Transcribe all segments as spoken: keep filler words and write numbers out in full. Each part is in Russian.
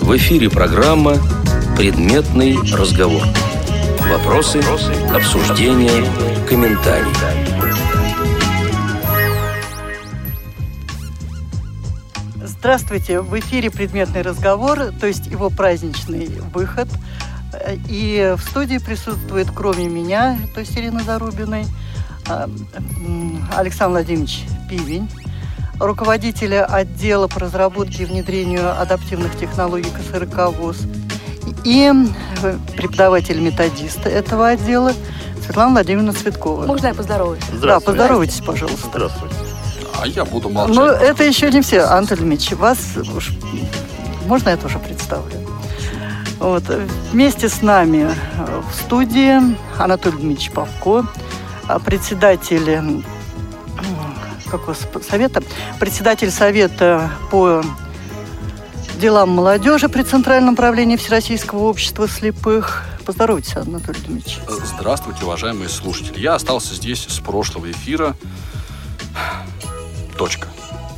В эфире программа «Предметный разговор». Вопросы, обсуждения, комментарии. Здравствуйте! В эфире «Предметный разговор», то есть его праздничный выход. И в студии присутствует, кроме меня, то есть Ирины Зарубиной, Александр Владимирович Пивень, руководитель отдела по разработке и внедрению адаптивных технологий ка эс эр ка ВОС, и преподаватель-методист этого отдела Светлана Владимировна Цветкова. Можно я поздороваюсь? Да, поздоровайтесь, пожалуйста. Здравствуйте. А я буду молчать. Ну, это еще не все, Антон Ильич. Вас уж... Можно я тоже представлю? Вот. Вместе с нами в студии Анатолий Дмитриевич Павко, председатель какого совета? Председатель совета по делам молодежи при Центральном правлении Всероссийского общества слепых. Поздоровайтесь, Анатолий Дмитриевич. Здравствуйте, уважаемые слушатели. Я остался здесь с прошлого эфира. Точка.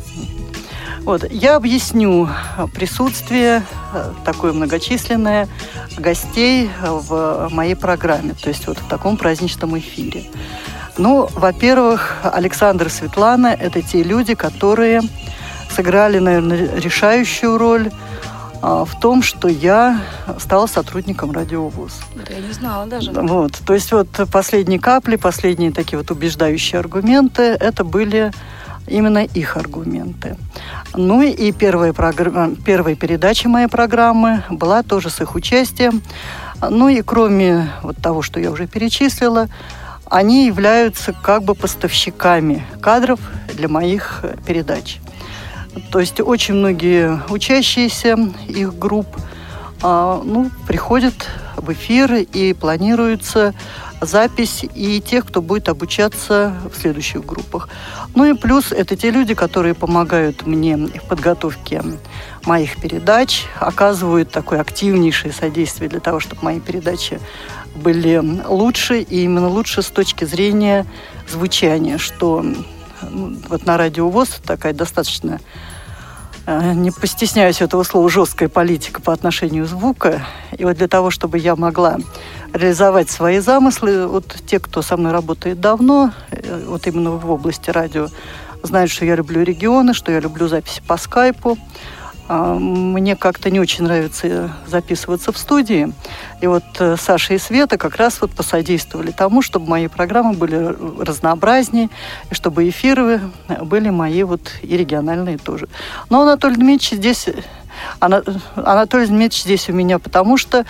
Вот, я объясню присутствие такое многочисленное гостей в моей программе, то есть вот в таком праздничном эфире. Ну, во-первых, Александр и Светлана – это те люди, которые сыграли, наверное, решающую роль а, в том, что я стала сотрудником Радио ВОС. Это я не знала даже. Вот, то есть вот последние капли, последние такие вот убеждающие аргументы – это были именно их аргументы. Ну и первая, программа, первая передача моей программы была тоже с их участием. Ну и кроме вот того, что я уже перечислила, они являются как бы поставщиками кадров для моих передач. То есть очень многие учащиеся их групп а, ну, приходят в эфир и планируется запись и тех, кто будет обучаться в следующих группах. Ну и плюс это те люди, которые помогают мне в подготовке моих передач, оказывают такое активнейшее содействие для того, чтобы мои передачи были лучше, и именно лучше с точки зрения звучания, что ну, вот на Радио ВОС такая достаточно, не постесняюсь этого слова, жесткая политика по отношению звука. И вот для того, чтобы я могла реализовать свои замыслы, вот те, кто со мной работает давно, вот именно в области радио, знают, что я люблю регионы, что я люблю записи по скайпу. Мне как-то не очень нравится записываться в студии. И вот Саша и Света как раз вот посодействовали тому, чтобы мои программы были разнообразнее, и чтобы эфиры были мои вот и региональные тоже. Но Анатолий Дмитриевич здесь... Анатолий Дмитриевич здесь у меня, потому что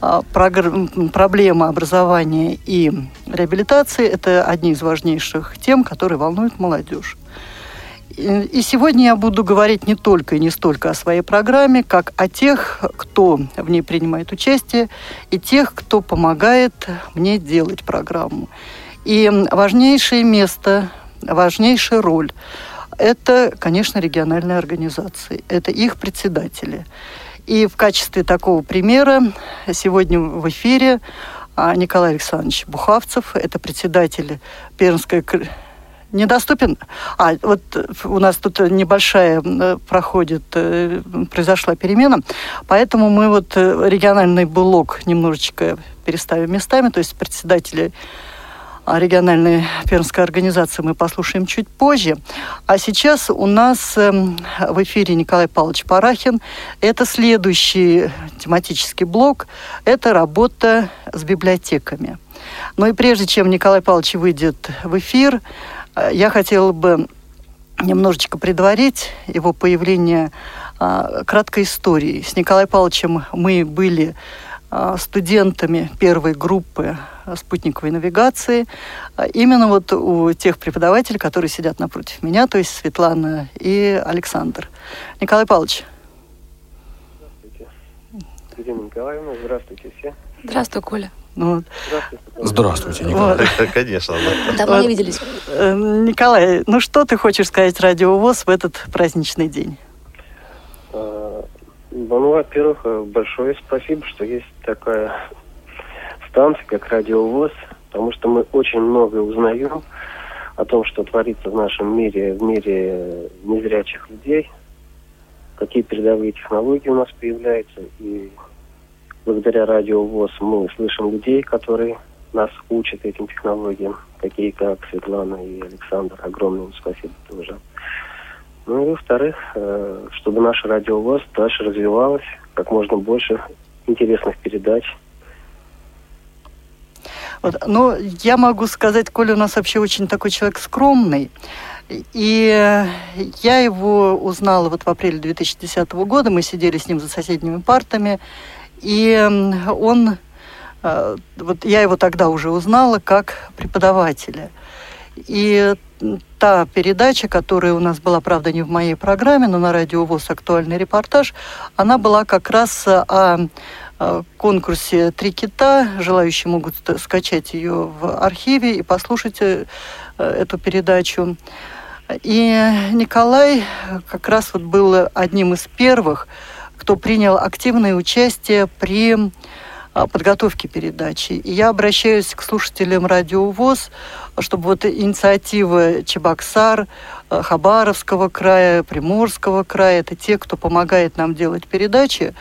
проблема образования и реабилитации – это одни из важнейших тем, которые волнуют молодежь. И сегодня я буду говорить не только и не столько о своей программе, как о тех, кто в ней принимает участие, и тех, кто помогает мне делать программу. И важнейшее место, важнейшая роль – это, конечно, региональные организации, это их председатели. И в качестве такого примера сегодня в эфире Николай Александрович Бухавцев, это председатель Пермской... Недоступен? А, вот у нас тут небольшая проходит, произошла перемена, поэтому мы вот региональный блок немножечко переставим местами, то есть председателя региональной пермской организации мы послушаем чуть позже. А сейчас у нас в эфире Николай Павлович Парахин. Это следующий тематический блок, это работа с библиотеками. Ну и прежде чем Николай Павлович выйдет в эфир, я хотела бы немножечко предварить его появление а, краткой истории. С Николаем Павловичем мы были а, студентами первой группы спутниковой навигации. А, именно вот у тех преподавателей, которые сидят напротив меня, то есть Светлана и Александр. Николай Павлович. Здравствуйте, Ирина Николаевна. Здравствуйте все. Здравствуй, Коля. Вот. Здравствуйте, Николай. Вот. Конечно. Давно вот. не виделись. Николай, ну что ты хочешь сказать Радио ВОС в этот праздничный день? Ну, во-первых, большое спасибо, что есть такая станция, как Радио ВОС, потому что мы очень многое узнаем о том, что творится в нашем мире, в мире незрячих людей. какие передовые технологии у нас появляются. И благодаря радио ВОС мы слышим людей, которые нас учат этим технологиям, такие как Светлана и Александр. Огромное им спасибо тоже. Ну и во-вторых, чтобы наше радио ВОС дальше развивалось, как можно больше интересных передач. Вот, ну, я могу сказать, Коля у нас вообще очень такой человек скромный. И я его узнала вот в апреле две тысячи десятого года. Мы сидели с ним за соседними партами. И он, вот я его тогда уже узнала как преподавателя. И та передача, которая у нас была, правда, не в моей программе, но на радио ВОС «Актуальный репортаж», она была как раз о конкурсе «Три кита». Желающие могут скачать ее в архиве и послушать эту передачу. И Николай как раз вот был одним из первых, кто принял активное участие при подготовки передачи. И я обращаюсь к слушателям радио ВОС, чтобы вот инициатива Чебоксар, Хабаровского края, Приморского края, это те, кто помогает нам делать передачи,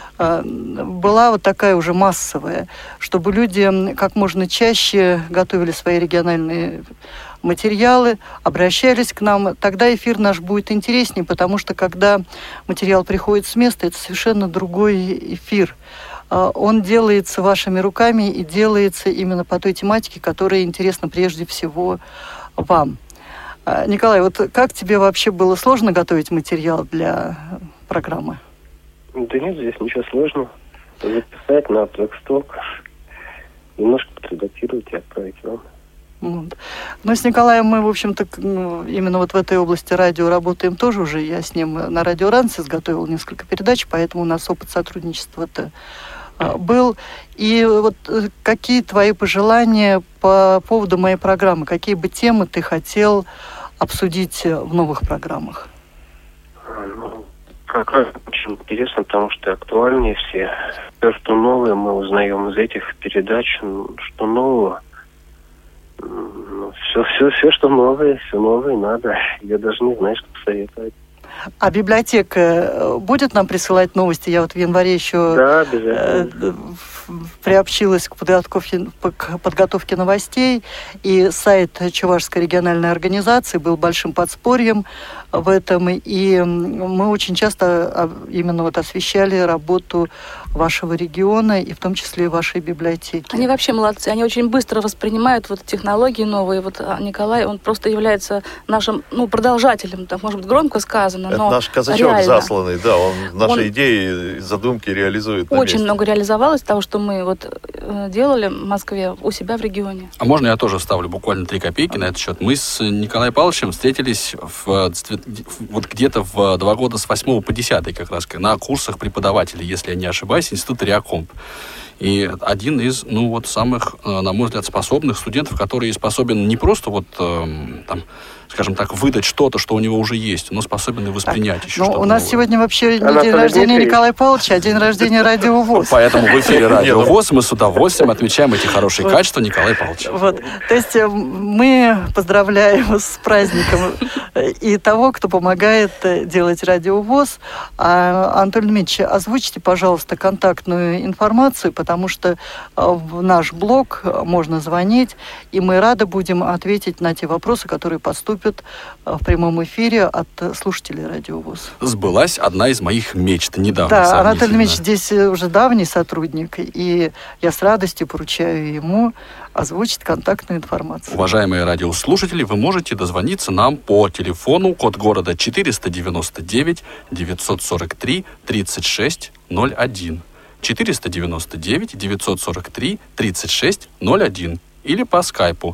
была вот такая уже массовая, чтобы люди как можно чаще готовили свои региональные материалы, обращались к нам. Тогда эфир наш будет интереснее, потому что когда материал приходит с места, это совершенно другой эфир. Он делается вашими руками и делается именно по той тематике, которая интересна прежде всего вам. Николай, вот как тебе вообще было сложно готовить материал для программы? Да нет, здесь ничего сложного. Записать на трексток, немножко подредактировать и отправить вам. Вот. Но с Николаем мы, в общем-то, ну, именно вот в этой области радио работаем тоже уже. Я с ним на радио Ранс изготовил несколько передач, поэтому у нас опыт сотрудничества-то а, был. И вот какие твои пожелания по поводу моей программы? Какие бы темы ты хотел обсудить в новых программах? Ну, как раз очень интересно, потому что актуальнее все. Все, что новое, мы узнаем из этих передач, что нового. Ну, все, все, все, что новое, все новое надо. Я даже не знаю, что посоветовать. А библиотека будет нам присылать новости? Я вот в январе еще да, обязательно. Э, приобщилась к подготовке, к подготовке новостей, и сайт Чувашской региональной организации был большим подспорьем в этом, и мы очень часто именно вот освещали работу вашего региона, и в том числе вашей библиотеки. Они вообще молодцы, они очень быстро воспринимают вот технологии новые. Вот Николай, он просто является нашим, ну, продолжателем, так, может быть, громко сказано, это но наш казачок реально. засланный, да, он наши он идеи, задумки реализует на очень месте. много реализовалось того, что мы вот делали в Москве, у себя в регионе. А можно я тоже вставлю буквально три копейки на этот счет? Мы с Николаем Павловичем встретились в, вот где-то в два года с восьмого по десятый как раз на курсах преподавателей, если я не ошибаюсь, Института Реакомп. И один из, ну, вот самых, на мой взгляд, способных студентов, который способен не просто вот, э, там, скажем так, выдать что-то, что у него уже есть, но способен и воспринять так, еще ну, что-то у нас новое. Сегодня вообще не Анатолий день рождения Дмитриевич. Николая Павловича, а день рождения Радио ВОС. Поэтому в эфире Радио ВОС мы с удовольствием отмечаем эти хорошие качества Николая Павловича. Вот. То есть мы поздравляем с праздником и того, кто помогает делать Радио ВОС. А, Анатолий Дмитриевич, озвучьте, пожалуйста, контактную информацию, потому что в наш блог можно звонить, и мы рады будем ответить на те вопросы, которые поступят в прямом эфире от слушателей Радио ВОС. Сбылась одна из моих мечт недавно. Да, Анатолий Дмитриевич здесь уже давний сотрудник, и я с радостью поручаю ему озвучить контактную информацию. Уважаемые радиослушатели, вы можете дозвониться нам по телефону, код города четыреста девяносто девять девятьсот сорок три тридцать шесть ноль один. четыреста девяносто девять девятьсот сорок три тридцать шесть ноль один или по скайпу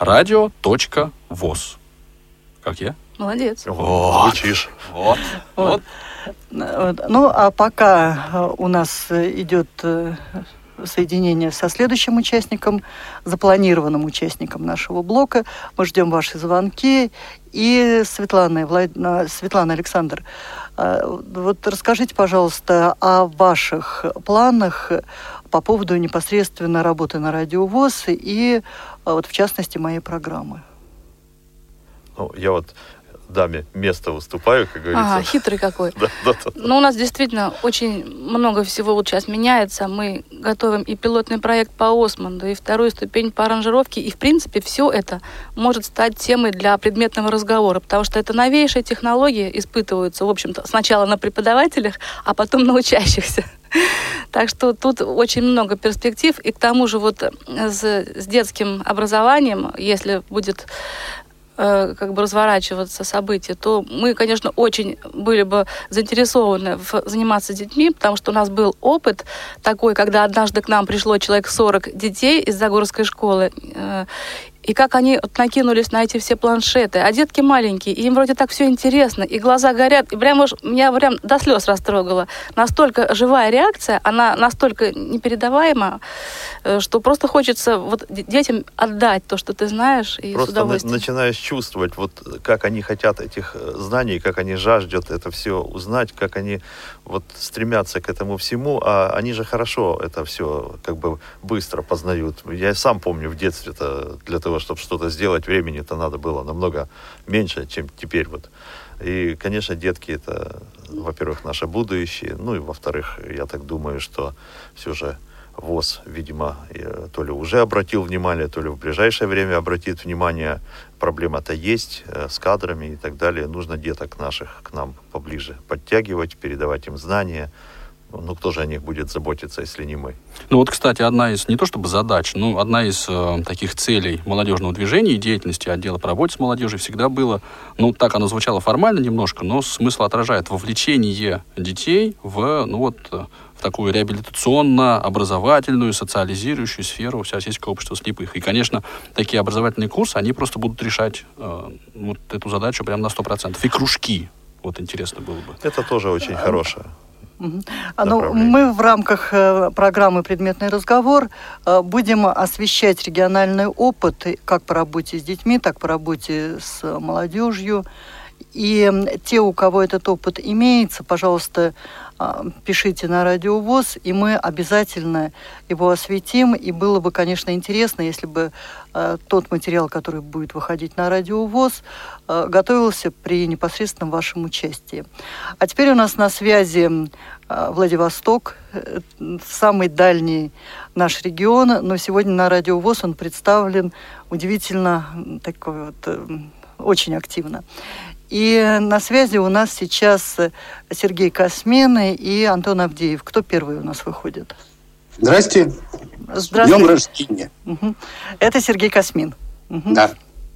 radio.voz. Как я? Молодец. Вот, звучишь. Вот. Вот. Вот. Ну, а пока у нас идет соединение со следующим участником, запланированным участником нашего блока, мы ждем ваши звонки. И Светлана, Влад... Светлана, Александр, вот расскажите, пожалуйста, о ваших планах по поводу непосредственно работы на Радио ВОС и, вот, в частности, моей программы. Ну, я вот даме место уступаю, как говорится. Ага, хитрый какой. Да, да, да. Ну, у нас действительно очень много всего вот сейчас меняется. Мы готовим и пилотный проект по Осмонду, и вторую ступень по аранжировке. И, в принципе, все это может стать темой для предметного разговора, потому что это новейшие технологии испытываются, в общем-то, сначала на преподавателях, а потом на учащихся. Так что тут очень много перспектив. И к тому же вот с, с детским образованием, если будет как бы разворачиваться события, то мы, конечно, очень были бы заинтересованы в заниматься с детьми, потому что у нас был опыт такой, когда однажды к нам пришло человек сорок детей из Загорской школы, и как они вот накинулись на эти все планшеты. А детки маленькие, и им вроде так все интересно, и глаза горят, и прям уж меня прям до слез растрогало. Настолько живая реакция, она настолько непередаваема, что просто хочется вот детям отдать то, что ты знаешь, и просто с удовольствием. На- начинаешь чувствовать, вот как они хотят этих знаний, как они жаждут это все узнать, как они вот стремятся к этому всему, а они же хорошо это все как бы быстро познают. Я сам помню в детстве-то для того, чтобы что-то сделать, времени-то надо было намного меньше, чем теперь вот. И, конечно, детки это, во-первых, наше будущее, ну и, во-вторых, я так думаю, что все же ВОС, видимо, то ли уже обратил внимание, то ли в ближайшее время обратит внимание. Проблема-то есть с кадрами и так далее. Нужно деток наших к нам поближе подтягивать, передавать им знания. Ну, кто же о них будет заботиться, если не мы? Ну вот, кстати, одна из, не то чтобы задач, но одна из э, таких целей молодежного движения и деятельности отдела по работе с молодежью всегда было, ну, так оно звучало формально немножко, но смысл отражает вовлечение детей в, ну вот, в такую реабилитационно-образовательную, социализирующую сферу Всероссийского общества слепых. И, конечно, такие образовательные курсы, они просто будут решать э, вот эту задачу прямо на сто процентов. И кружки, вот интересно было бы. Это тоже очень хорошее. Ну, мы в рамках э, программы «Предметный разговор» э, будем освещать региональный опыт как по работе с детьми, так и по работе с молодежью. И те, у кого этот опыт имеется, пожалуйста, пишите на Радио ВОС, и мы обязательно его осветим. И было бы, конечно, интересно, если бы э, тот материал, который будет выходить на Радио ВОС, э, готовился при непосредственном вашем участии. А теперь у нас на связи э, Владивосток, э, самый дальний наш регион, но сегодня на Радио ВОС он представлен удивительно такой вот, э, очень активно. И на связи у нас сейчас Сергей Космин и Антон Авдеев. Кто первый у нас выходит? Здрасте. Здравствуйте. С днем рождения. Угу. Это Сергей Космин. Угу. Да.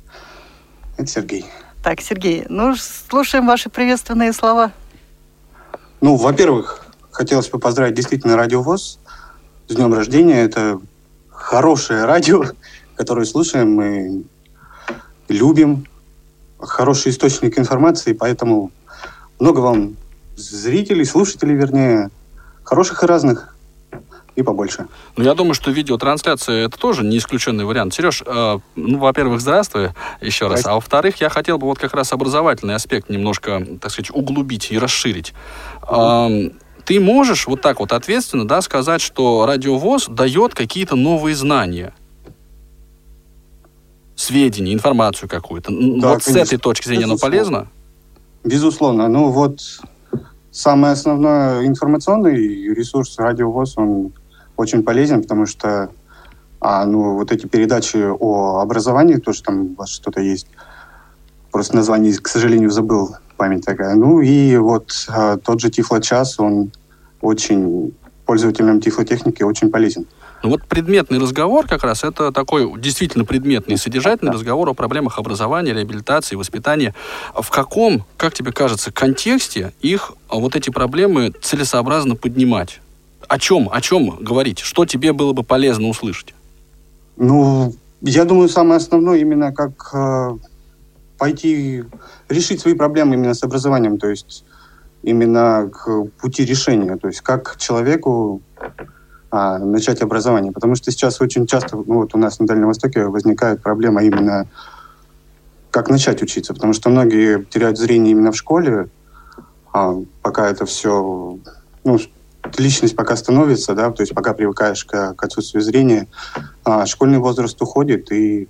Это Сергей. Так, Сергей, ну, слушаем ваши приветственные слова. Ну, во-первых, хотелось бы поздравить действительно Радио ВОС с днем рождения. Это хорошее радио, которое слушаем мы любим. Хороший источник информации, поэтому много вам зрителей, слушателей, вернее, хороших и разных, и побольше. Ну, я думаю, что видеотрансляция — это тоже не исключенный вариант. Сереж, э, ну, во-первых, здравствуй еще раз, а во-вторых, я хотел бы вот как раз образовательный аспект немножко, так сказать, углубить и расширить. Э, ты можешь вот так вот ответственно, да, сказать, что Радио ВОС дает какие-то новые знания, сведения, информацию какую-то. Да, вот конечно. С этой точки зрения оно полезно? Безусловно. Ну вот самый основной информационный ресурс Радио ВОС, он очень полезен, потому что а, ну, вот эти передачи о образовании, тоже там у вас что-то есть, просто название, к сожалению, забыл, память такая. Ну и вот а, тот же Тифлочас, он очень пользователям тифлотехники очень полезен. Ну вот предметный разговор как раз это такой действительно предметный, содержательный разговор о проблемах образования, реабилитации, воспитания. В каком, как тебе кажется, контексте их вот эти проблемы целесообразно поднимать? О чем, о чем говорить? Что тебе было бы полезно услышать? Ну, я думаю, самое основное именно как э, пойти решить свои проблемы именно с образованием, то есть именно к пути решения, то есть как человеку а, начать образование. Потому что сейчас очень часто, ну, вот у нас на Дальнем Востоке возникает проблема именно как начать учиться, потому что многие теряют зрение именно в школе, а, пока это все, ну, личность пока становится, да, то есть пока привыкаешь к, к отсутствию зрения, а школьный возраст уходит, и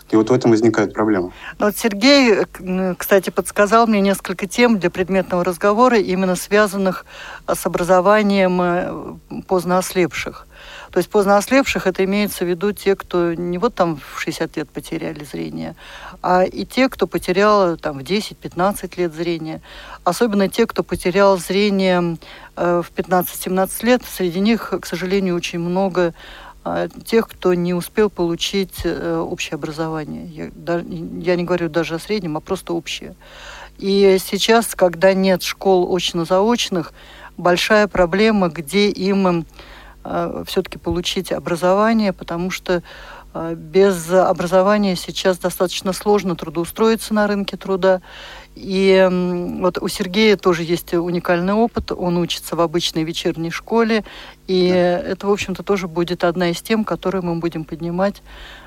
И вот в этом возникает проблема. Ну, вот Сергей, кстати, подсказал мне несколько тем для предметного разговора, именно связанных с образованием поздно ослепших. То есть поздно ослепших это имеется в виду те, кто не вот там в шестьдесят лет потеряли зрение, а и те, кто потерял там в десять-пятнадцать лет зрение. Особенно те, кто потерял зрение э, в пятнадцать-семнадцать лет. Среди них, к сожалению, очень много э, тех, кто не успел получить э, общее образование. Я, да, я не говорю даже о среднем, а просто общее. И сейчас, когда нет школ очно-заочных, большая проблема, где им все-таки получить образование, потому что без образования сейчас достаточно сложно трудоустроиться на рынке труда. И вот у Сергея тоже есть уникальный опыт. Он учится в обычной вечерней школе. И это, в общем-то, тоже будет одна из тем, которую мы будем поднимать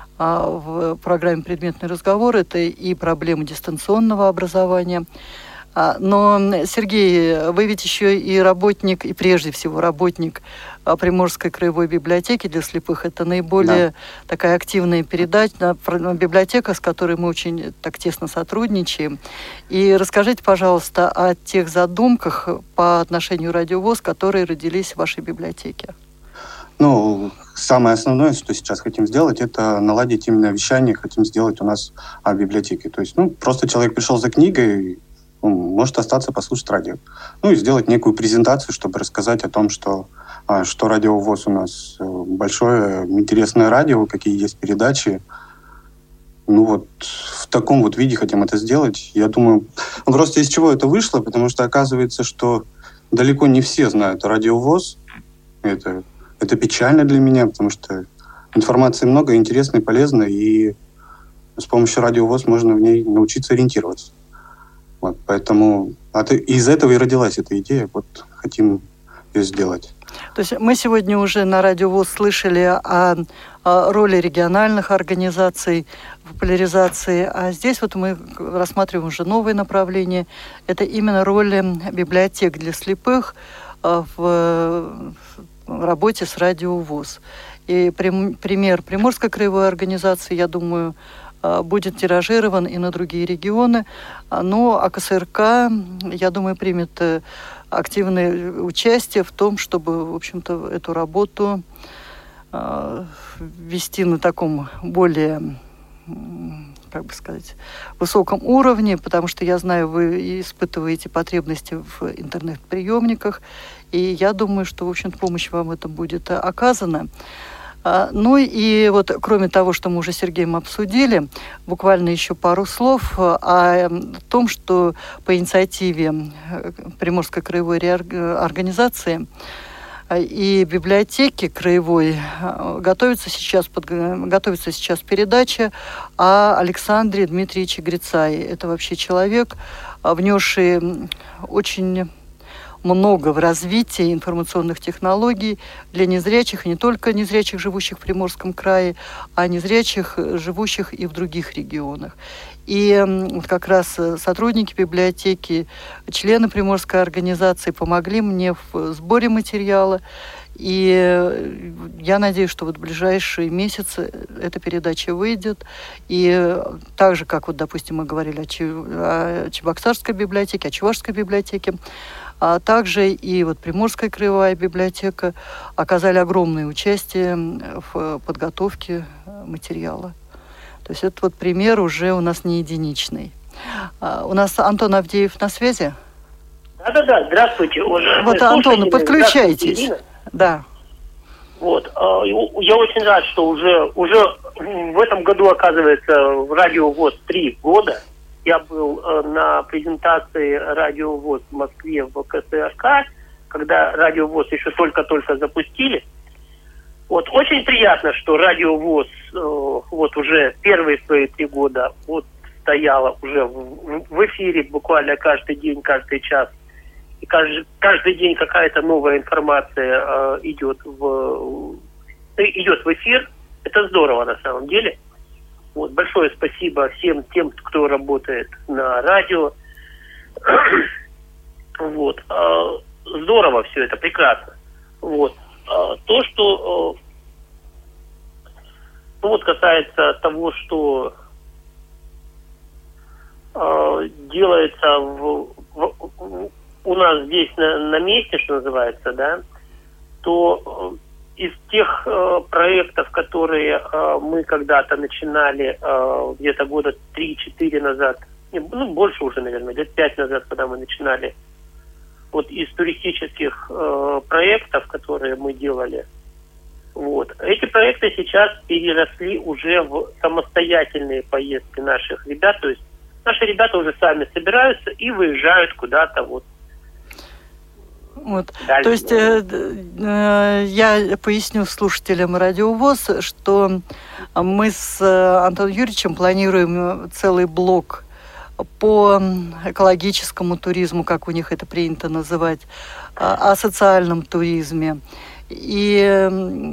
в программе «Предметный разговор». Это и проблемы дистанционного образования. Но, Сергей, вы ведь еще и работник, и прежде всего работник Приморской краевой библиотеки для слепых. Это наиболее да. такая активная передача, библиотека, с которой мы очень так тесно сотрудничаем. И расскажите, пожалуйста, о тех задумках по отношению к Радио ВОС, которые родились в вашей библиотеке. Ну, самое основное, что сейчас хотим сделать, это наладить именно вещание, хотим сделать у нас о библиотеке. То есть, ну, просто человек пришел за книгой, может остаться послушать радио. Ну и сделать некую презентацию, чтобы рассказать о том, что, что Радио ВОС у нас большое, интересное радио, какие есть передачи. Ну вот в таком вот виде хотим это сделать. Я думаю, ну, просто из чего это вышло, потому что оказывается, что далеко не все знают Радио ВОС. Это, это печально для меня, потому что информации много, интересной, полезной, и с помощью Радио ВОС можно в ней научиться ориентироваться. Вот, поэтому от, из этого и родилась эта идея. Вот хотим ее сделать. То есть мы сегодня уже на Радио ВОС слышали о, о роли региональных организаций в популяризации, а здесь вот мы рассматриваем уже новые направления. Это именно роль библиотек для слепых в работе с Радио ВОС. И пример Приморской краевой организации, я думаю, будет тиражирован и на другие регионы. Но АКСРК, я думаю, примет активное участие в том, чтобы, в общем-то, эту работу вести на таком более, как бы сказать, высоком уровне, потому что я знаю, вы испытываете потребности в интернет-приемниках, и я думаю, что, в общем-то, помощь вам в этом будет оказана. Ну и вот, кроме того, что мы уже с Сергеем обсудили, буквально еще пару слов о том, что по инициативе Приморской краевой организации и библиотеки краевой готовится сейчас, под, готовится сейчас передача о Александре Дмитриевиче Грицае. Это вообще человек, внесший очень много в развитии информационных технологий для незрячих, и не только незрячих, живущих в Приморском крае, а незрячих, живущих и в других регионах. И как раз сотрудники библиотеки, члены Приморской организации помогли мне в сборе материала. И я надеюсь, что вот в ближайшие месяцы эта передача выйдет. И так же, как, вот, допустим, мы говорили о Чебоксарской библиотеке, о Чувашской библиотеке, а также и вот Приморская краевая библиотека оказали огромное участие в подготовке материала. То есть это вот пример уже у нас не единичный. А у нас Антон Авдеев на связи? Да-да-да, здравствуйте. Вот, Антон, подключайтесь. Да. Вот. Я очень рад, что уже, уже в этом году, оказывается, в Радио ВОС три года. Я был на презентации Радио ВОС в Москве в КСРК, когда Радио ВОС еще только-только запустили. Вот очень приятно, что Радио ВОС вот уже первые свои три года вот стояло уже в, в эфире буквально каждый день, каждый час. И каждый, каждый день какая-то новая информация э, идет в, идет в эфир. Это здорово на самом деле. Вот, большое спасибо всем тем, кто работает на радио. Вот. Э, здорово все это, прекрасно. Вот. Э, то, что э, ну, вот касается того, что э, делается в, в, у нас здесь на, на месте, что называется, да, то из тех э, проектов, которые э, мы когда-то начинали э, где-то года три-четыре назад, ну, больше уже, наверное, лет пять назад, когда мы начинали, вот из туристических э, проектов, которые мы делали, вот, эти проекты сейчас переросли уже в самостоятельные поездки наших ребят, то есть наши ребята уже сами собираются и выезжают куда-то вот. Вот. То есть э, э, я поясню слушателям Радио ВОС, что мы с Антоном Юрьевичем планируем целый блок по экологическому туризму, как у них это принято называть, о социальном туризме. И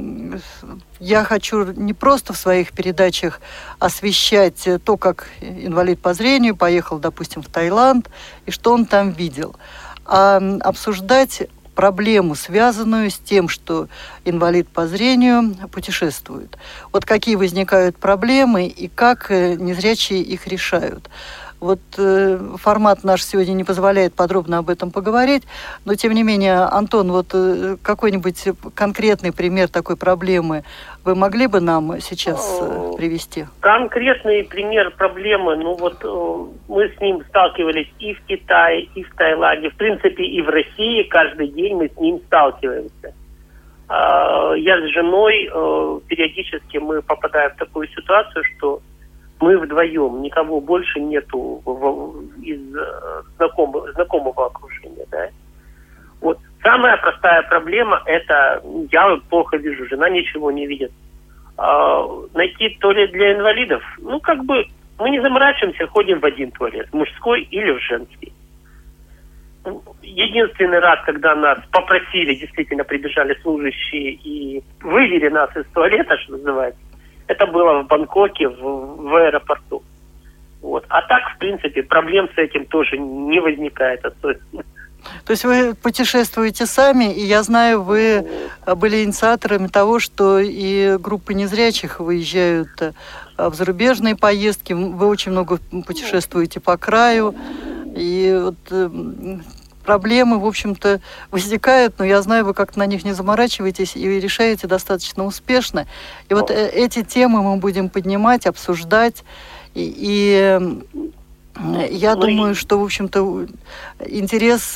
я хочу не просто в своих передачах освещать то, как инвалид по зрению поехал, допустим, в Таиланд, и что он там видел, а обсуждать проблему, связанную с тем, что инвалид по зрению путешествует. Вот какие возникают проблемы и как незрячие их решают. Вот э, формат наш сегодня не позволяет подробно об этом поговорить, но тем не менее, Антон, вот э, какой-нибудь конкретный пример такой проблемы вы могли бы нам сейчас э, привести? Конкретный пример проблемы, ну вот э, мы с ним сталкивались и в Китае, и в Таиланде, в принципе и в России каждый день мы с ним сталкиваемся. Э, я с женой, э, периодически мы попадаем в такую ситуацию, что мы вдвоем, никого больше нету из знакомого, знакомого окружения, да. Вот самая простая проблема – это я плохо вижу, жена ничего не видит. А, найти туалет для инвалидов, ну как бы мы не заморачиваемся, ходим в один туалет, мужской или в женский. Единственный раз, когда нас попросили, действительно прибежали служащие и вывели нас из туалета, что называется, это было в Бангкоке, в, в аэропорту. Вот. А так, в принципе, проблем с этим тоже не возникает особенно. То есть вы путешествуете сами, и я знаю, вы были инициаторами того, что и группы незрячих выезжают в зарубежные поездки. Вы очень много путешествуете по краю. И вот проблемы, в общем-то, возникают, но я знаю, вы как-то на них не заморачиваетесь и решаете достаточно успешно. И вот эти темы мы будем поднимать, обсуждать. И, и я ну, думаю, что, в общем-то, интерес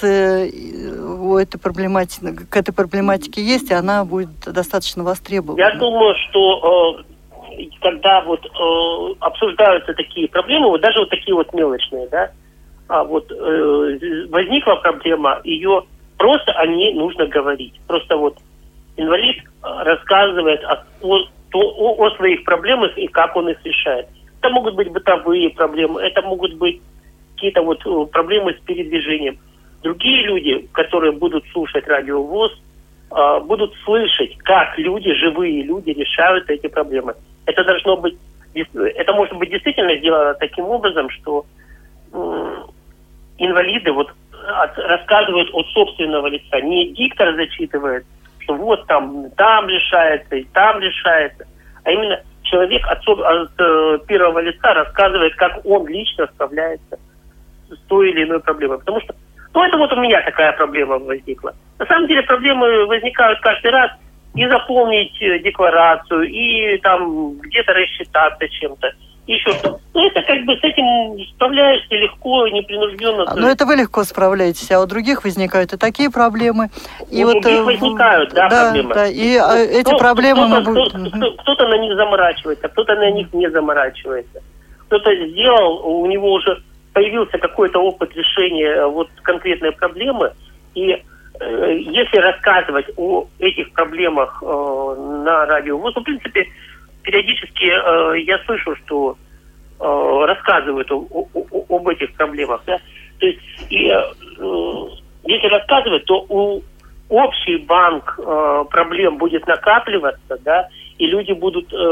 у этой проблематики, к этой проблематике есть, и она будет достаточно востребована. Я думаю, что э, когда вот э, обсуждаются такие проблемы, вот даже вот такие вот мелочные, да, а вот э, возникла проблема, ее просто о ней нужно говорить. Просто вот инвалид рассказывает о, о, о, о своих проблемах и как он их решает. Это могут быть бытовые проблемы, это могут быть какие-то вот проблемы с передвижением. Другие люди, которые будут слушать Радио ВОС, э, будут слышать, как люди, живые люди решают эти проблемы. Это должно быть, это может быть действительно сделано таким образом, что э, инвалиды вот от, рассказывают от собственного лица. Не диктор зачитывает, что вот там, там решается и там решается, а именно человек от, от э, первого лица рассказывает, как он лично справляется с той или иной проблемой. Потому что, ну это вот у меня такая проблема возникла. На самом деле проблемы возникают каждый раз. И заполнить декларацию, и там где-то рассчитаться чем-то. Еще что. Ну, это как бы с этим справляешься легко, непринужденно. Но это вы легко справляетесь, а у других возникают и такие проблемы. И у вот, других возникают, да, да проблемы. Да, и кто, эти кто, проблемы кто-то, мы будем... кто-то, кто-то на них заморачивается, кто-то на них не заморачивается. Кто-то сделал, у него уже появился какой-то опыт решения вот конкретной проблемы, и э, если рассказывать о этих проблемах э, на радио ВОС, ну, в принципе, периодически э, я слышу, что э, рассказывают о, о, о, об этих проблемах. Да? То есть, и, э, если рассказывать, то у, общий банк э, проблем будет накапливаться, да, и люди будут, э,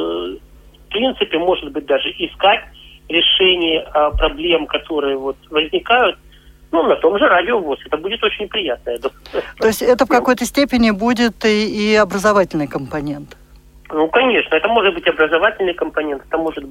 в принципе, может быть, даже искать решение э, проблем, которые вот возникают, ну, на том же Радио ВОС. Это будет очень приятно, я думаю. То есть это в какой-то степени будет и, и образовательный компонент? Ну, конечно, это может быть образовательный компонент, это может быть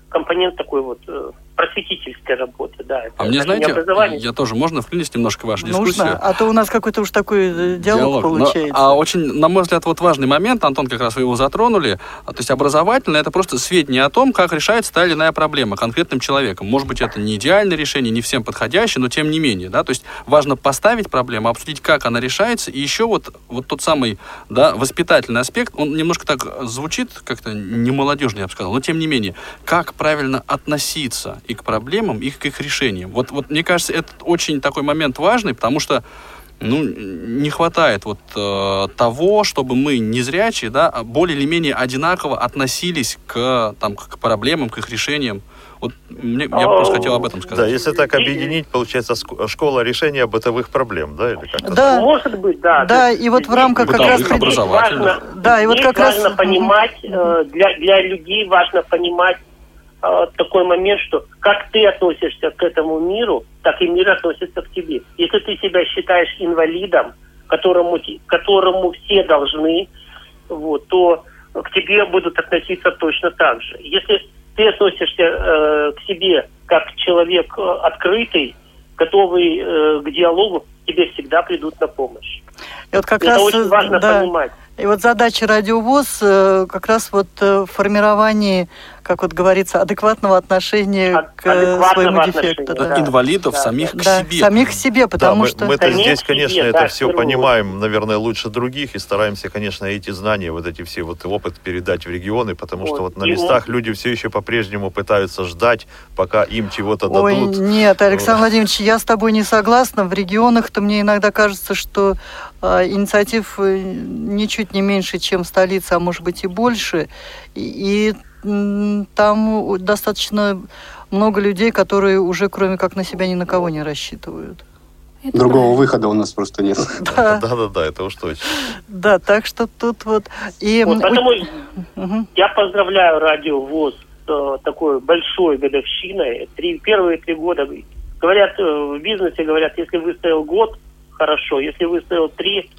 компонент такой вот э, просветительской работы, да. Это, а мне, знаете, я тоже, можно вклинить немножко в вашу Нужно, дискуссию? а то у нас какой-то уж такой диалог, диалог. получается. Но, а очень, на мой взгляд, вот важный момент, Антон, как раз вы его затронули, то есть образовательно это просто сведения о том, как решается та или иная проблема конкретным человеком. Может быть, это не идеальное решение, не всем подходящее, но тем не менее, да, то есть важно поставить проблему, обсудить, как она решается, и еще вот, вот тот самый, да, воспитательный аспект, он немножко так звучит как-то не молодежно, я бы сказал, но тем не менее, как правильно относиться и к проблемам, и к их решениям. Вот, вот мне кажется, это очень такой момент важный, потому что ну, не хватает вот э, того, чтобы мы, незрячие, да, более или менее одинаково относились к, там, к проблемам, к их решениям. Вот мне, я просто хотел об этом сказать. Да, если так объединить, получается, школа решения бытовых проблем, да? Или как-то да, так? Может быть, да. Да, и вот в рамках как раз... Важно, да, и вот как важно раз... понимать, э, для, для людей важно понимать э, такой момент, что как ты относишься к этому миру, так и мир относится к тебе. Если ты себя считаешь инвалидом, которому, которому все должны, вот, то к тебе будут относиться точно так же. Если ты относишься э, к себе как человек э, открытый, готовый э, к диалогу, тебе всегда придут на помощь. И вот как Это раз, очень важно да, понимать. И вот задача Радио ВОС э, как раз вот э, в формировании, как вот говорится, адекватного отношения Ad- к э, своему дефекту. Да. Да. Инвалидов Да, самих Да, к себе. самих к себе, потому да, что... Мы, мы-то Самих здесь, к конечно, себе, это да, все в первую понимаем, наверное, лучше других и стараемся, конечно, эти знания, вот эти все вот опыт передать в регионы, потому Вот. что вот на И местах мы- люди все еще по-прежнему пытаются ждать, пока им чего-то Ой, дадут. нет, Александр Владимирович, я с тобой не согласна. В регионах-то мне иногда кажется, что э, инициатив э, ничуть не меньше, чем в столице, а может быть и больше. И, и м, там достаточно много людей, которые уже кроме как на себя ни на кого не рассчитывают. Это Другого правильно. выхода у нас просто нет. Да, Да-да-да, это уж точно. да, так что тут вот... И, Вот, поэтому Мгм. я поздравляю Радио ВОС с э, такой большой годовщиной. Три, первые три года, говорят, э, в бизнесе говорят, если выстоял год, хорошо, если выстоял три,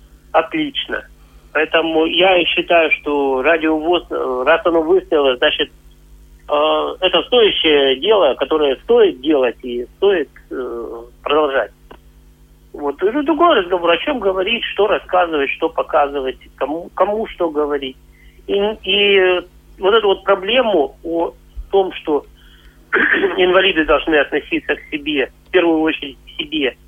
отлично. Поэтому я и считаю, что Радио ВОС, э, раз оно выстояло, значит, э, это стоящее дело, которое стоит делать и стоит э, продолжать. Вот. И другой разговор, о чем говорить, что рассказывать, что показывать, кому, кому что говорить. И, и вот эту вот проблему о том, что инвалиды должны относиться к себе, в первую очередь к себе,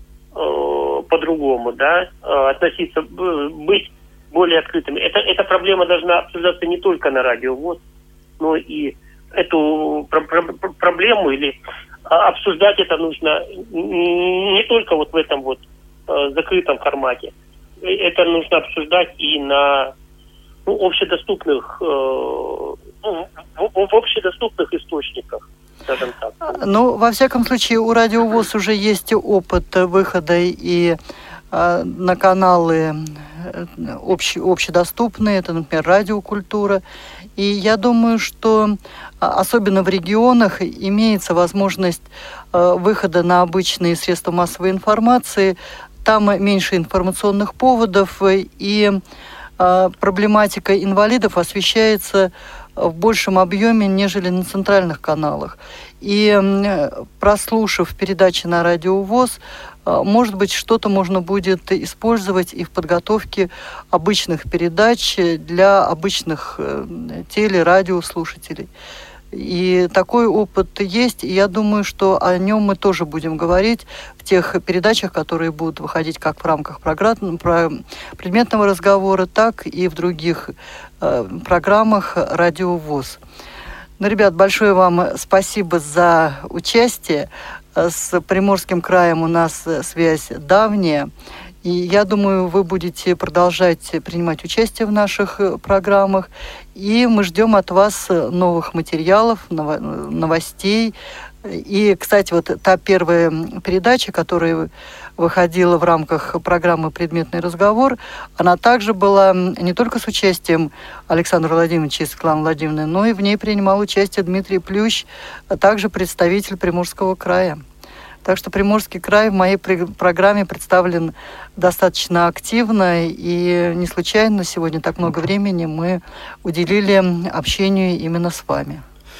э, по-другому, да, э, относиться, б- быть более открытыми. Это, эта проблема должна обсуждаться не только на Радио ВОС, но и эту про- про- проблему или а, обсуждать это нужно не только вот в этом вот э, закрытом формате. Это нужно обсуждать и на ну, общедоступных э, ну, в, в общедоступных источниках, скажем так. Ну, во всяком случае, у Радио ВОС уже есть опыт выхода и э, на каналы э, общ, общедоступные, это, например, радиокультура. И я думаю, что а, особенно в регионах имеется возможность э, выхода на обычные средства массовой информации. Там меньше информационных поводов, и э, проблематика инвалидов освещается в большем объеме, нежели на центральных каналах. И э, прослушав передачи на Радио ВОС, э, может быть, что-то можно будет использовать и в подготовке обычных передач для обычных э, теле-, радиослушателей. И такой опыт есть, и я думаю, что о нем мы тоже будем говорить в тех передачах, которые будут выходить как в рамках программ, про предметного разговора, так и в других э, программах Радио ВОС. Ну, ребят, большое вам спасибо за участие. С Приморским краем у нас связь давняя. И я думаю, вы будете продолжать принимать участие в наших программах. И мы ждем от вас новых материалов, новостей. И, кстати, вот та первая передача, которая выходила в рамках программы «Предметный разговор», она также была не только с участием Александра Владимировича и Светланы Владимировны, но и в ней принимал участие Дмитрий Плющ, а также представитель Приморского края. Так что Приморский край в моей программе представлен достаточно активно, и не случайно сегодня так много времени мы уделили общению именно с вами.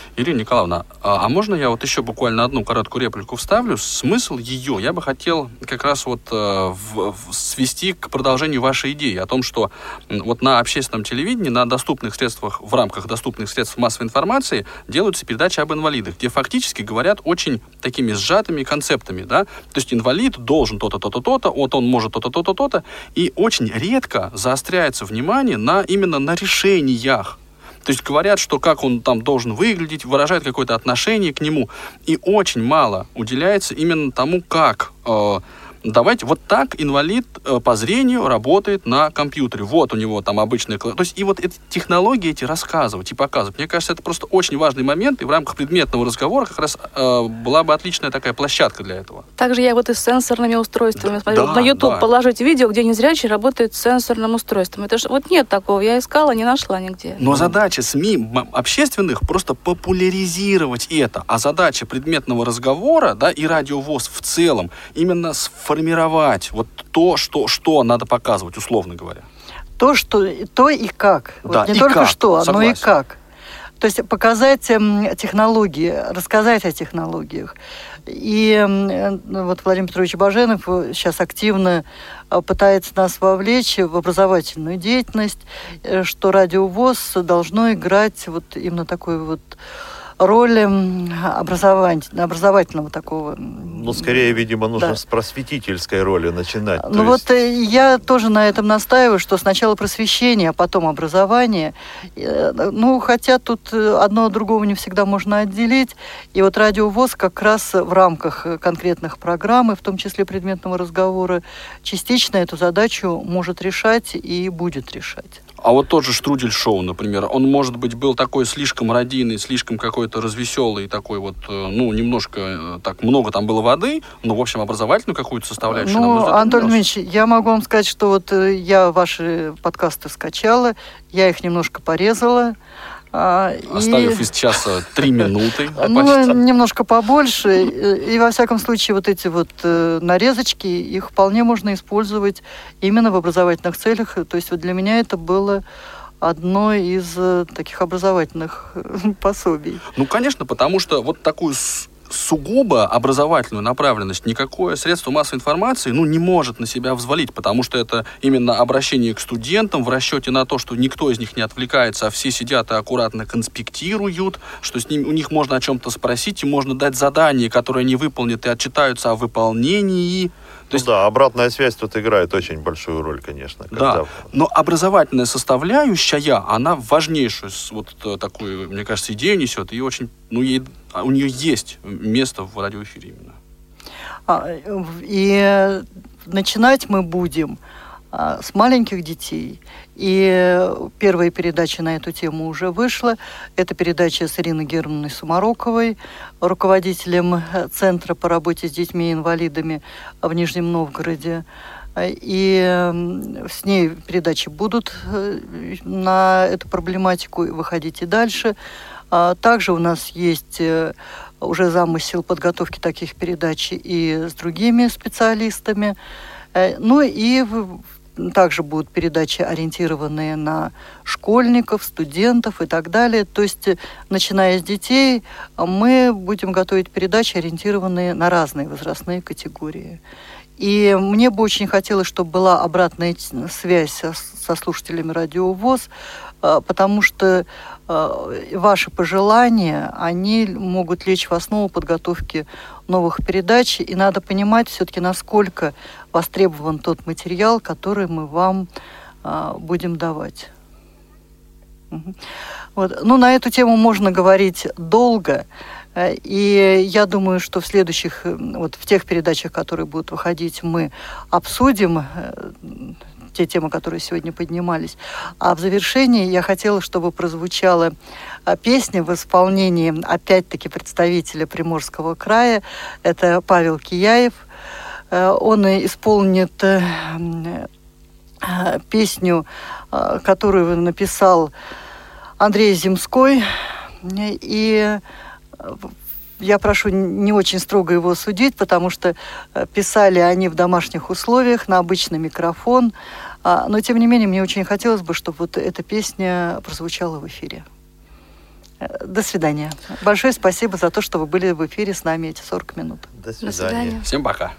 Ирина Николаевна, а, а можно я вот еще буквально одну короткую реплику вставлю? Смысл ее я бы хотел как раз вот э, в, в, свести к продолжению вашей идеи о том, что вот на общественном телевидении, на доступных средствах, в рамках доступных средств массовой информации делаются передачи об инвалидах, где фактически говорят очень такими сжатыми концептами, да, то есть инвалид должен то-то, то-то, то-то, вот он может то-то, то-то, то-то, и очень редко заостряется внимание на именно на решениях. То есть говорят, что как он там должен выглядеть, выражают какое-то отношение к нему. И очень мало уделяется именно тому, как... Э, давайте, вот так инвалид э, по зрению работает на компьютере. Вот у него там обычная... То есть и вот эти технологии эти рассказывать и показывать. Мне кажется, это просто очень важный момент. И в рамках предметного разговора как раз э, была бы отличная такая площадка для этого. Также я вот и с сенсорными устройствами смотрю. Да, вот на YouTube да. положить видео, где незрячий работает с сенсорным устройством. Это же вот нет такого. Я искала, не нашла нигде. Но задача СМИ общественных просто популяризировать это. А задача предметного разговора, да, и радиовоз в целом именно сформировать вот то, что, что надо показывать, условно говоря. То, что, то и как. Да, вот не и только как. что, Согласен. но и как. То есть показать эм, технологии, рассказать о технологиях. И э, вот Владимир Петрович Баженов сейчас активно э, пытается нас вовлечь в образовательную деятельность, э, что радиовоз должно играть вот именно такой вот роль образовательного, образовательного такого. Ну, скорее, видимо, нужно да. с просветительской роли начинать. Ну вот есть... я тоже на этом настаиваю, что сначала просвещение, а потом образование. Ну, хотя тут одно от другого не всегда можно отделить. И вот радиовоз как раз в рамках конкретных программ, и в том числе предметного разговора, частично эту задачу может решать и будет решать. А вот тот же Штрудель-шоу, например, он, может быть, был такой слишком радийный, слишком какой-то развеселый, такой вот, ну, немножко, так много там было воды, но, в общем, образовательную какую-то составляющую. Ну, нам Антон Ильич, я могу вам сказать, что вот я ваши подкасты скачала, я их немножко порезала. Оставив и... из часа три минуты. Ну, немножко побольше. И, во всяком случае, вот эти вот нарезочки, их вполне можно использовать именно в образовательных целях. То есть вот для меня это было одно из таких образовательных пособий. Ну, конечно, потому что вот такую сугубо образовательную направленность никакое средство массовой информации, ну, не может на себя взвалить, потому что это именно обращение к студентам в расчете на то, что никто из них не отвлекается, а все сидят и аккуратно конспектируют, что с ними, у них можно о чем-то спросить, и можно дать задание, которое они выполнят, и отчитаются о выполнении. То есть... Ну да, обратная связь тут играет очень большую роль, конечно. Когда... Да, но образовательная составляющая, она важнейшую вот такую, мне кажется, идею несет, и очень, ну, ей, у нее есть место в радиоэфире именно. А, и начинать мы будем а, с маленьких детей. И первая передача на эту тему уже вышла. Это передача с Ириной Германовной Сумароковой, руководителем Центра по работе с детьми-инвалидами в Нижнем Новгороде. И с ней передачи будут на эту проблематику выходить и дальше. Также у нас есть уже замысел подготовки таких передач и с другими специалистами. Ну и также будут передачи, ориентированные на школьников, студентов и так далее. То есть, начиная с детей, мы будем готовить передачи, ориентированные на разные возрастные категории. И мне бы очень хотелось, чтобы была обратная связь со, со слушателями Радио ВОС, потому что ваши пожелания, они могут лечь в основу подготовки новых передач, и надо понимать все-таки, насколько востребован тот материал, который мы вам будем давать. Угу. Вот. Ну, на эту тему можно говорить долго, и я думаю, что в следующих, вот в тех передачах, которые будут выходить, мы обсудим те темы, которые сегодня поднимались. А в завершении я хотела, чтобы прозвучала песня в исполнении, опять-таки, представителя Приморского края. Это Павел Кияев. Он исполнит песню, которую написал Андрей Земской. И я прошу не очень строго его судить, потому что писали они в домашних условиях, на обычный микрофон. Но, тем не менее, мне очень хотелось бы, чтобы вот эта песня прозвучала в эфире. До свидания. Большое спасибо за то, что вы были в эфире с нами эти сорок минут. До свидания. До свидания. Всем пока.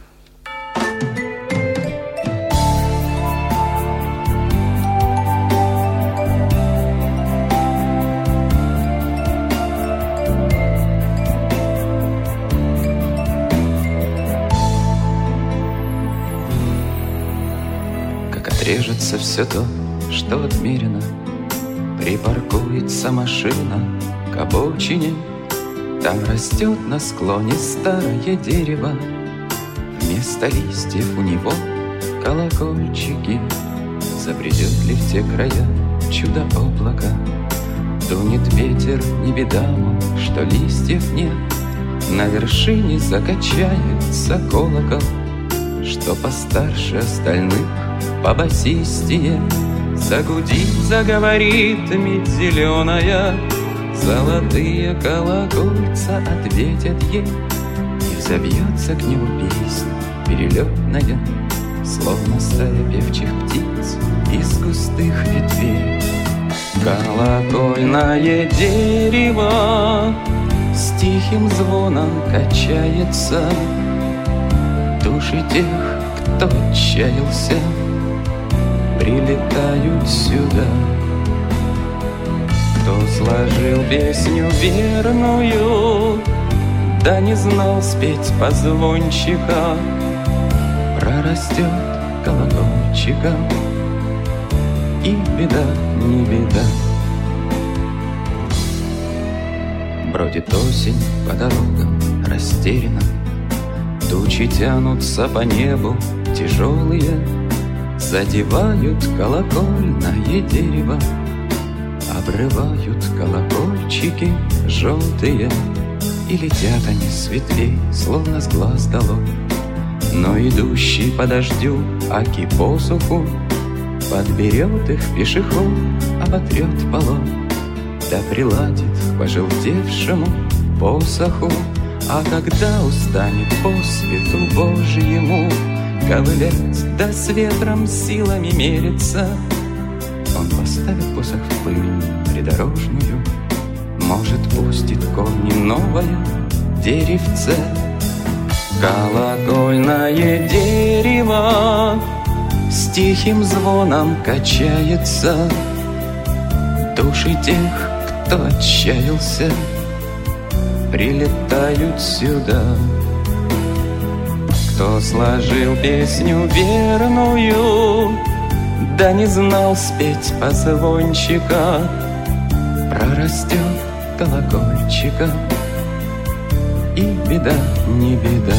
Режется все то, что отмерено. Припаркуется машина к обочине. Там растет на склоне старое дерево. Вместо листьев у него колокольчики. Забредет ли в те края чудо-облако? Дунет ветер, не беда му, что листьев нет. На вершине закачается колокол, что постарше остальных, побасистее. Загудит, заговорит медь зеленая, золотые колокольца ответят ей, и взобьется к небу песня перелетная, словно стая певчих птиц из густых ветвей. Колокольное дерево с тихим звоном качается. Души тех, кто отчаялся, прилетают сюда. Кто сложил песню верную, да не знал спеть позвончика, прорастет колокольчиком, и беда не беда. Бродит осень по дорогам растерянно, тучи тянутся по небу тяжелые, задевают колокольное дерево, обрывают колокольчики желтые, и летят они светлей, словно с глаз долой. Но идущий по дождю, аки посуху, подберет их пешеход, оботрет полом, да приладит к пожелтевшему посоху. А когда устанет по свету Божьему ковылять, да с ветром силами мериться, он поставит посох в пыль придорожную, может, пустит корни новое деревце. Колокольное дерево с тихим звоном качается. Души тех, кто отчаялся, прилетают сюда. Кто сложил песню верную, да не знал спеть позвончика, прорастет колокольчиком, и беда не беда.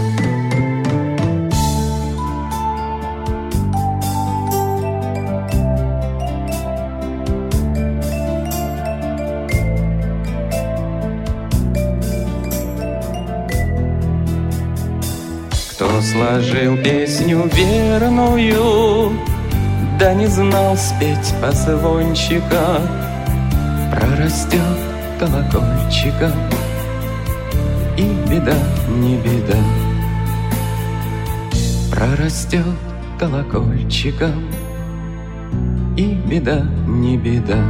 Кто сложил песню верную, да не знал спеть позвончика, прорастет колокольчиком, и беда не беда. Прорастет колокольчиком, и беда не беда.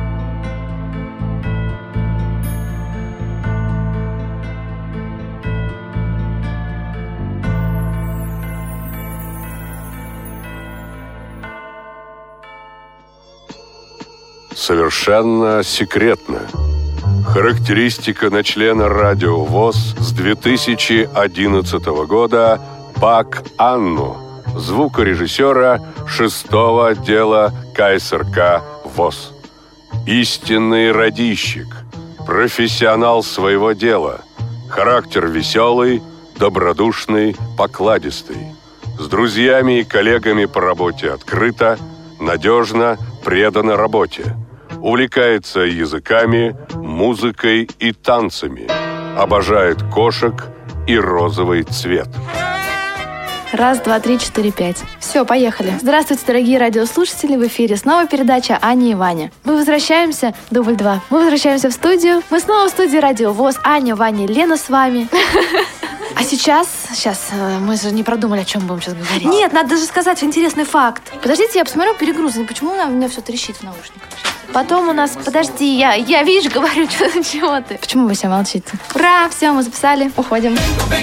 Совершенно секретно. Характеристика на члена Радио ВОС с две тысячи одиннадцатого года Пак Анну, звукорежиссера шестого отдела ка эс эр ка ВОС. Истинный радищик, профессионал своего дела, характер веселый, добродушный, покладистый. С друзьями и коллегами по работе открыто, надежно, предано работе. Увлекается языками, музыкой и танцами. Обожает кошек и розовый цвет. Раз, два, три, четыре, пять. Все, поехали. Здравствуйте, дорогие радиослушатели. В эфире снова передача Аня и Ваня. Мы возвращаемся, дубль два. Мы возвращаемся в студию. Мы снова в студии Радио ВОС. Аня, Ваня, Лена с вами. А сейчас, сейчас, мы же не продумали, о чем будем сейчас говорить. Нет, надо же сказать интересный факт. Подождите, я посмотрю перегруз. Почему у меня все трещит в наушниках? Потом у нас... Подожди, я, я видишь, говорю, что, чего ты? Почему вы все молчите? Ура, все, мы записали, уходим.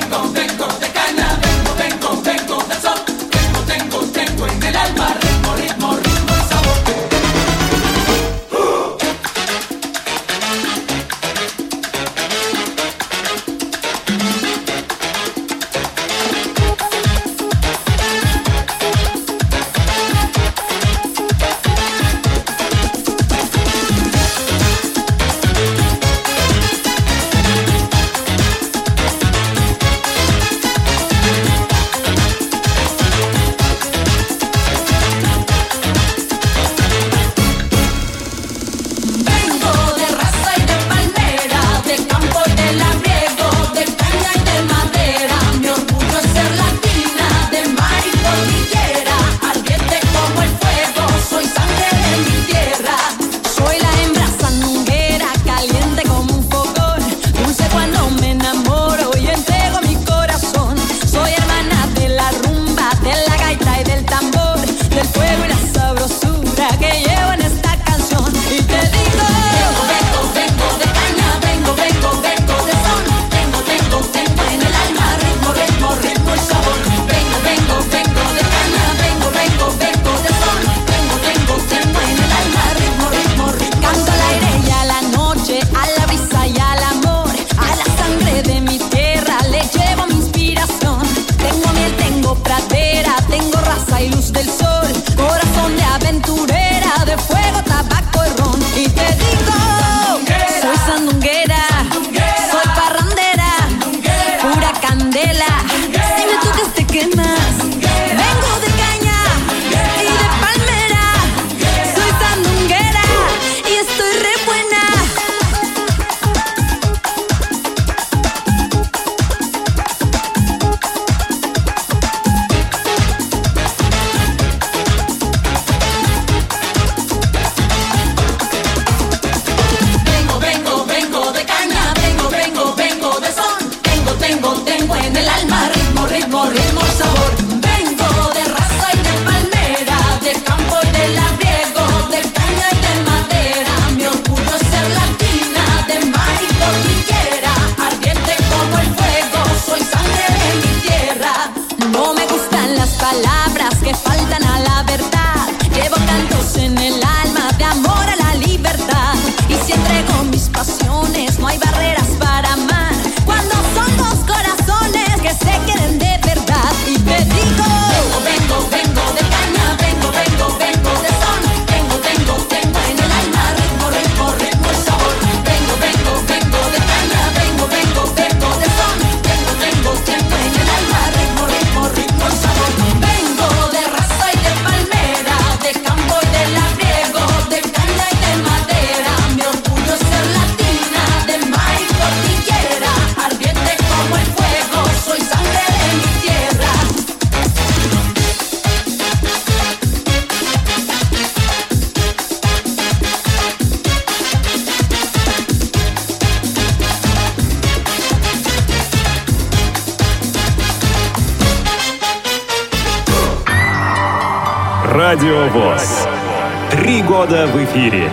Радио ВОС. Три года в эфире.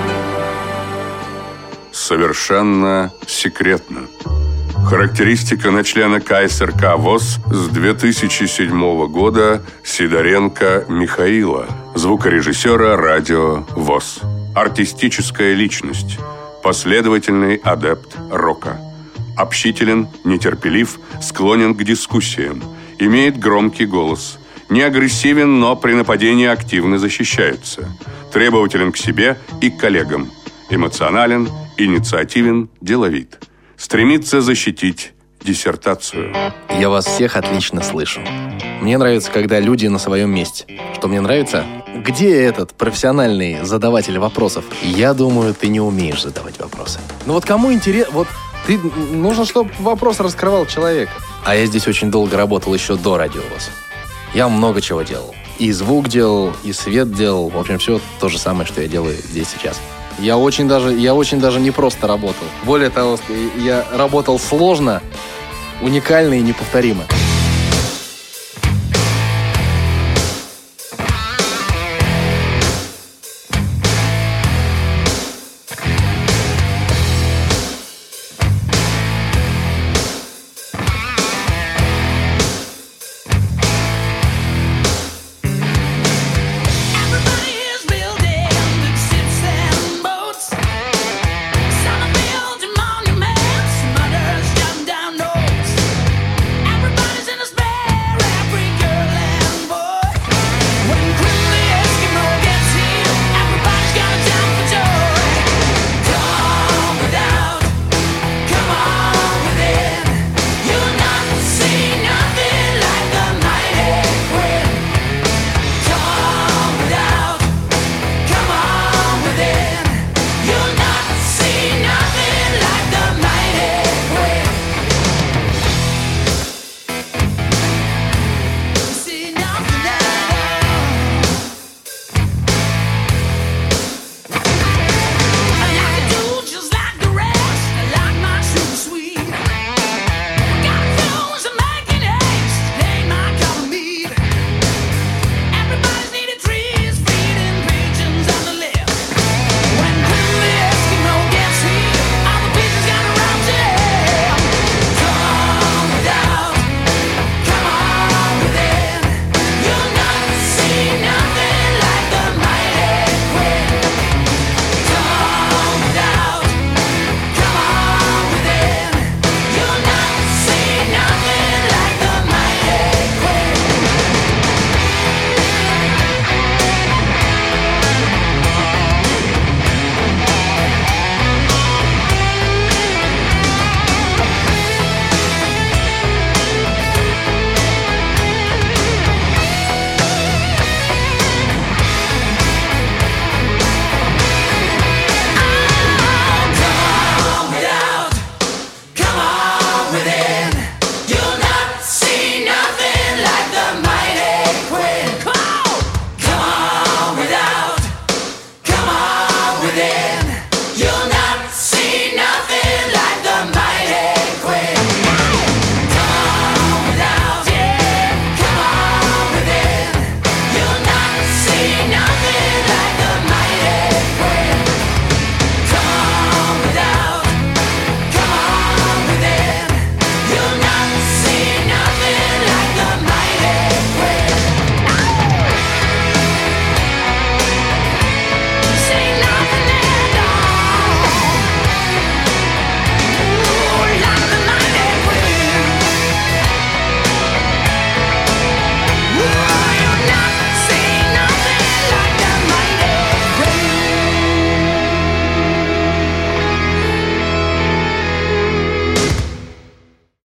Совершенно секретно. Характеристика на члена ка эс эр ка ВОС с две тысячи седьмого года Сидоренко Михаила, звукорежиссера радио ВОС. Артистическая личность, последовательный адепт рока. Общителен, нетерпелив, склонен к дискуссиям, имеет громкий голос. Не агрессивен, но при нападении активно защищается. Требователен к себе и к коллегам. Эмоционален, инициативен, деловит. Стремится защитить диссертацию. Я вас всех отлично слышу. Мне нравится, когда люди на своем месте. Что мне нравится? Где этот профессиональный задаватель вопросов? Я думаю, ты не умеешь задавать вопросы. Ну вот кому интересно... Вот ты... Нужно, чтобы вопрос раскрывал человека. А я здесь очень долго работал еще до Радио ВОС. Я много чего делал. И звук делал, и свет делал. В общем, все то же самое, что я делаю здесь сейчас. Я очень даже, я очень даже не просто работал. Более того, я работал сложно, уникально и неповторимо.